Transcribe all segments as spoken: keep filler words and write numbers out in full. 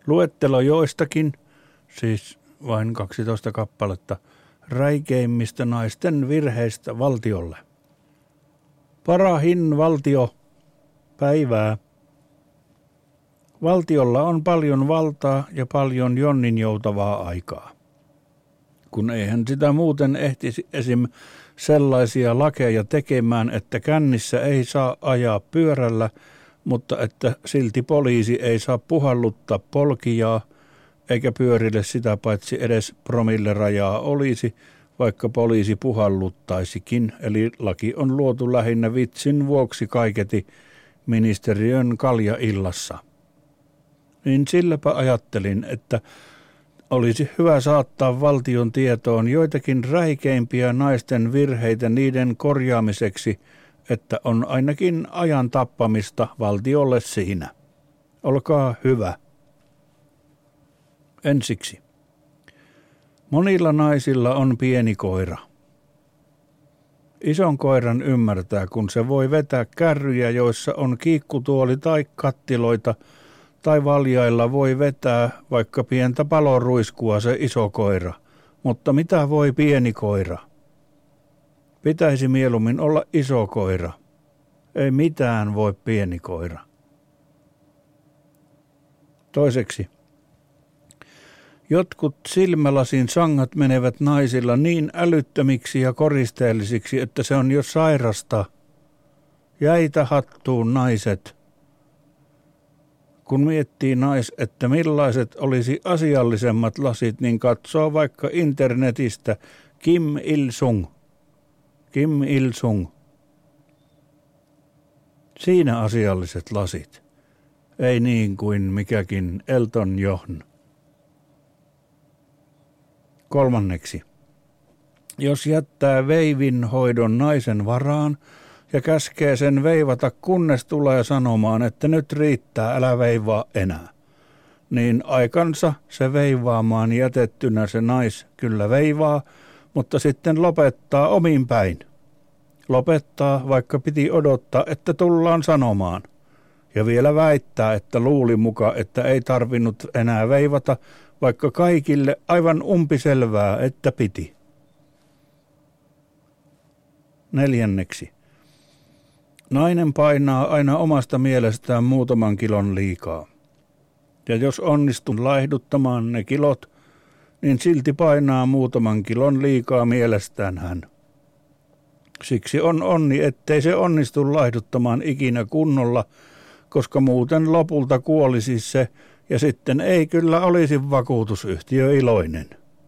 Luettelo joistakin, siis vain kaksitoista kappaletta, räikeimmistä naisten virheistä valtiolle. Parahin valtio, päivää. Valtiolla on paljon valtaa ja paljon jonninjoutavaa aikaa. Kun eihän sitä muuten ehtisi esim. Sellaisia lakeja tekemään, että kännissä ei saa ajaa pyörällä, mutta että silti poliisi ei saa puhalluttaa polkijaa, eikä pyörille sitä paitsi edes promillerajaa olisi, vaikka poliisi puhalluttaisikin, eli laki on luotu lähinnä vitsin vuoksi kaiketi ministeriön kaljaillassa. Niin silläpä ajattelin, että olisi hyvä saattaa valtion tietoon joitakin räikeimpiä naisten virheitä niiden korjaamiseksi, että on ainakin ajan tappamista valtiolle siinä. Olkaa hyvä. Ensiksi. Monilla naisilla on pieni koira. Ison koiran ymmärtää, kun se voi vetää kärryjä, joissa on kiikkutuoli tai kattiloita, tai valjailla voi vetää vaikka pientä paloruiskua se iso koira, mutta mitä voi pieni koira? Pitäisi mieluummin olla iso koira. Ei mitään voi pieni koira. Toiseksi. Jotkut silmälasin sangat menevät naisilla niin älyttömiksi ja koristeellisiksi, että se on jo sairasta. Jäitä hattuun naiset. Kun miettii nais, että millaiset olisi asiallisemmat lasit, niin katsoo vaikka internetistä Kim Il-sung. Kim Il-sung. Siinä asialliset lasit. Ei niin kuin mikäkin Elton John. Kolmanneksi. Jos jättää veivin hoidon naisen varaan ja käskee sen veivata, kunnes tulee sanomaan, että nyt riittää, älä veivaa enää, niin aikansa se veivaamaan jätettynä se nais kyllä veivaa, mutta sitten lopettaa omin päin. Lopettaa, vaikka piti odottaa, että tullaan sanomaan. Ja vielä väittää, että luuli muka, että ei tarvinnut enää veivata, vaikka kaikille aivan umpiselvää, että piti. Neljänneksi. Nainen painaa aina omasta mielestään muutaman kilon liikaa. Ja jos onnistun laihduttamaan ne kilot, niin silti painaa muutaman kilon liikaa mielestään hän. Siksi on onni, ettei se onnistu laihduttamaan ikinä kunnolla, koska muuten lopulta kuolisi se, ja sitten ei kyllä olisi vakuutusyhtiö iloinen.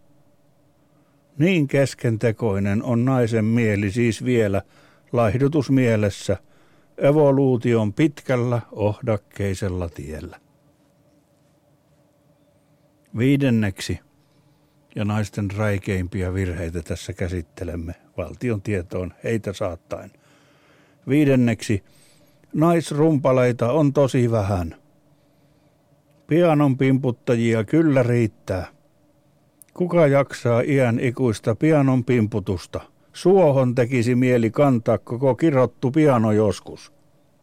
Niin keskentekoinen on naisen mieli siis vielä laihdutusmielessä, evoluution pitkällä ohdakkeisella tiellä. Viidenneksi, ja naisten räikeimpiä virheitä tässä käsittelemme valtion tietoon heitä saattaen. Viidenneksi, naisrumpaleita on tosi vähän. Pianon pimputtajia kyllä riittää. Kuka jaksaa iän ikuista pianon pimputusta? Suohon tekisi mieli kantaa koko kirottu piano joskus.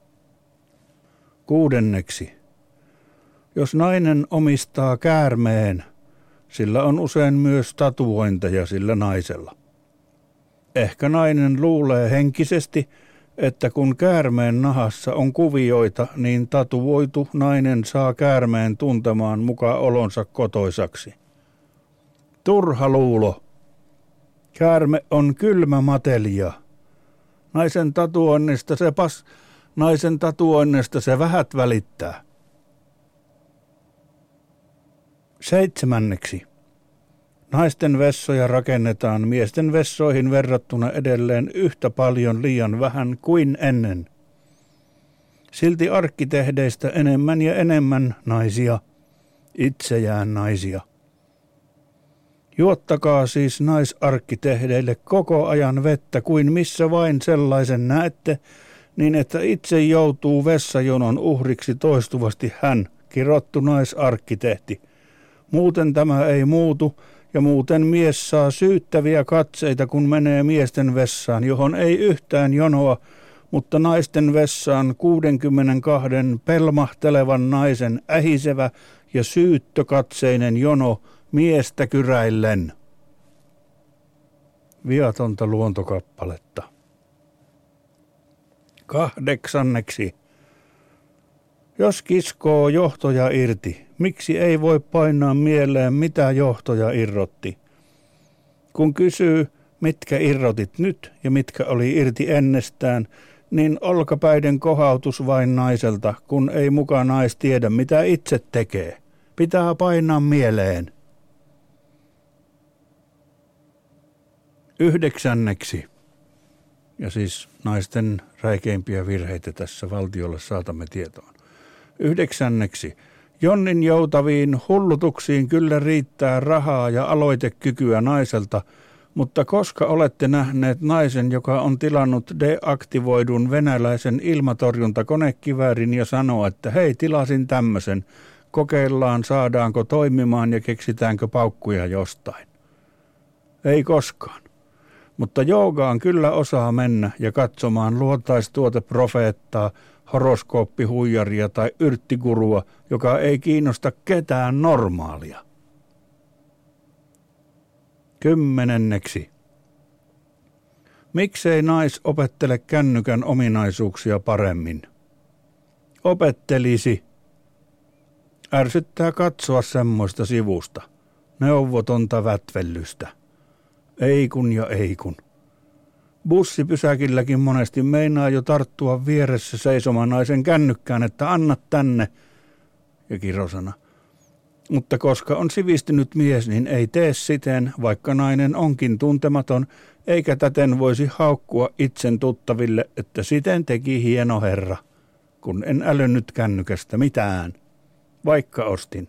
Kuudenneksi. Jos nainen omistaa käärmeen, sillä on usein myös tatuointeja sillä naisella. Ehkä nainen luulee henkisesti, että kun käärmeen nahassa on kuvioita, niin tatuoitu nainen saa käärmeen tuntemaan muka olonsa kotoisaksi. Turha luulo. Käärme on kylmä matelia. Naisen tatuoinnista se pas, naisen tatuoinnista se vähät välittää. Seitsemänneksi. Naisten vessoja rakennetaan miesten vessoihin verrattuna edelleen yhtä paljon liian vähän kuin ennen. Silti arkkitehdeistä enemmän ja enemmän naisia, itseään naisia. Juottakaa siis naisarkkitehdeille koko ajan vettä kuin missä vain sellaisen näette, niin että itse joutuu vessajonon uhriksi toistuvasti hän, kirottu naisarkkitehti. Muuten tämä ei muutu, ja muuten mies saa syyttäviä katseita, kun menee miesten vessaan, johon ei yhtään jonoa, mutta naisten vessaan kuudenkymmenenkahden pelmahtelevan naisen ähisevä ja syyttökatseinen jono miestä kyräillen. Viatonta luontokappaletta. Kahdeksanneksi. Jos kiskoo johtoja irti, miksi ei voi painaa mieleen, mitä johtoja irrotti? Kun kysyy, mitkä irrotit nyt ja mitkä oli irti ennestään, niin olkapäiden kohautus vain naiselta, kun ei muka nais tiedä, mitä itse tekee. Pitää painaa mieleen. Yhdeksänneksi. Ja siis naisten räikeimpiä virheitä tässä valtiolle saatamme tietoon. Yhdeksänneksi. Jonnin joutaviin hullutuksiin kyllä riittää rahaa ja aloitekykyä naiselta, mutta koska olette nähneet naisen, joka on tilannut deaktivoidun venäläisen ilmatorjuntakonekiväärin ja sanoo, että hei, tilasin tämmöisen, kokeillaan saadaanko toimimaan ja keksitäänkö paukkuja jostain. Ei koskaan. Mutta joogaan kyllä osaa mennä ja katsomaan luontaistuoteprofeettaa, horoskooppihuijaria tai yrttikurua, joka ei kiinnosta ketään normaalia. Kymmenenneksi. Miksei nais opettele kännykän ominaisuuksia paremmin? Opettelisi. Ärsyttää katsoa semmoista sivusta. Neuvotonta vätvellystä. Ei kun ja ei kun. Bussipysäkilläkin monesti meinaa jo tarttua vieressä seisomaan naisen kännykkään, että anna tänne. Ja kirosana. Mutta koska on sivistynyt mies, niin ei tee siten, vaikka nainen onkin tuntematon, eikä täten voisi haukkua itsen tuttaville, että siten teki hieno herra, kun en älynnyt kännykästä mitään, vaikka ostin.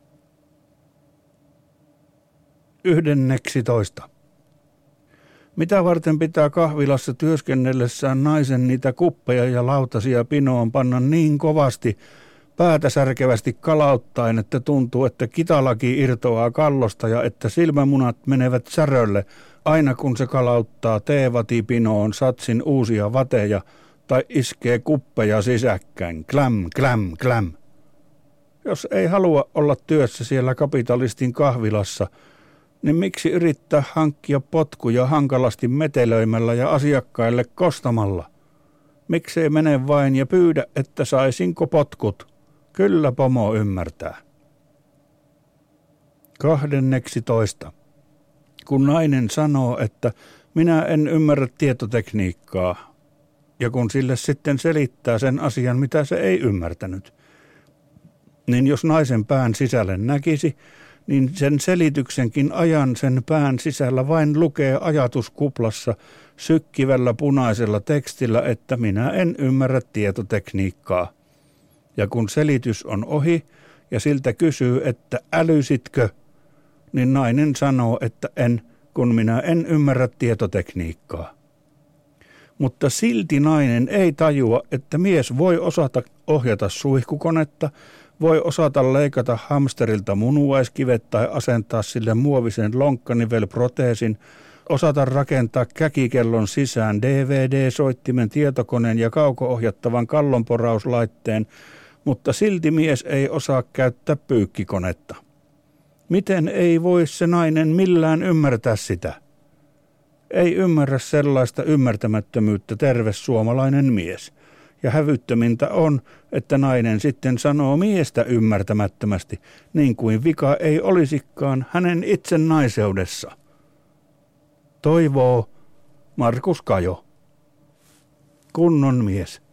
Yhdenneksitoista. Mitä varten pitää kahvilassa työskennellessään naisen niitä kuppeja ja lautasia pinoon panna niin kovasti, päätä särkevästi kalauttaen, että tuntuu, että kitalaki irtoaa kallosta ja että silmämunat menevät särölle, aina kun se kalauttaa teevatipinoon satsin uusia vateja tai iskee kuppeja sisäkkäin. Kläm, kläm, kläm. Jos ei halua olla työssä siellä kapitalistin kahvilassa, niin miksi yrittää hankkia potkuja hankalasti metelöimällä ja asiakkaille kostamalla? Miksei mene vain ja pyydä, että saisinko potkut? Kyllä pomo ymmärtää. Kahdenneksitoista. Kun nainen sanoo, että minä en ymmärrä tietotekniikkaa, ja kun sille sitten selittää sen asian, mitä se ei ymmärtänyt, niin jos naisen pään sisälle näkisi, niin sen selityksenkin ajan sen pään sisällä vain lukee ajatuskuplassa sykkivällä punaisella tekstillä, että minä en ymmärrä tietotekniikkaa. Ja kun selitys on ohi ja siltä kysyy, että älysitkö, niin nainen sanoo, että en, kun minä en ymmärrä tietotekniikkaa. Mutta silti nainen ei tajua, että mies voi osata ohjata suihkukonetta, voi osata leikata hamsterilta munuaiskivet tai asentaa sille muovisen lonkkanivelproteesin, osata rakentaa käkikellon sisään D V D-soittimen, tietokoneen ja kauko-ohjattavan kallonporauslaitteen, mutta silti mies ei osaa käyttää pyykkikonetta. Miten ei voi se nainen millään ymmärtää sitä? Ei ymmärrä sellaista ymmärtämättömyyttä terve suomalainen mies. Ja hävyttömintä on, että nainen sitten sanoo miestä ymmärtämättömästi, niin kuin vika ei olisikaan hänen itse naiseudessa. Toivoo Markus Kajo. Kunnon mies.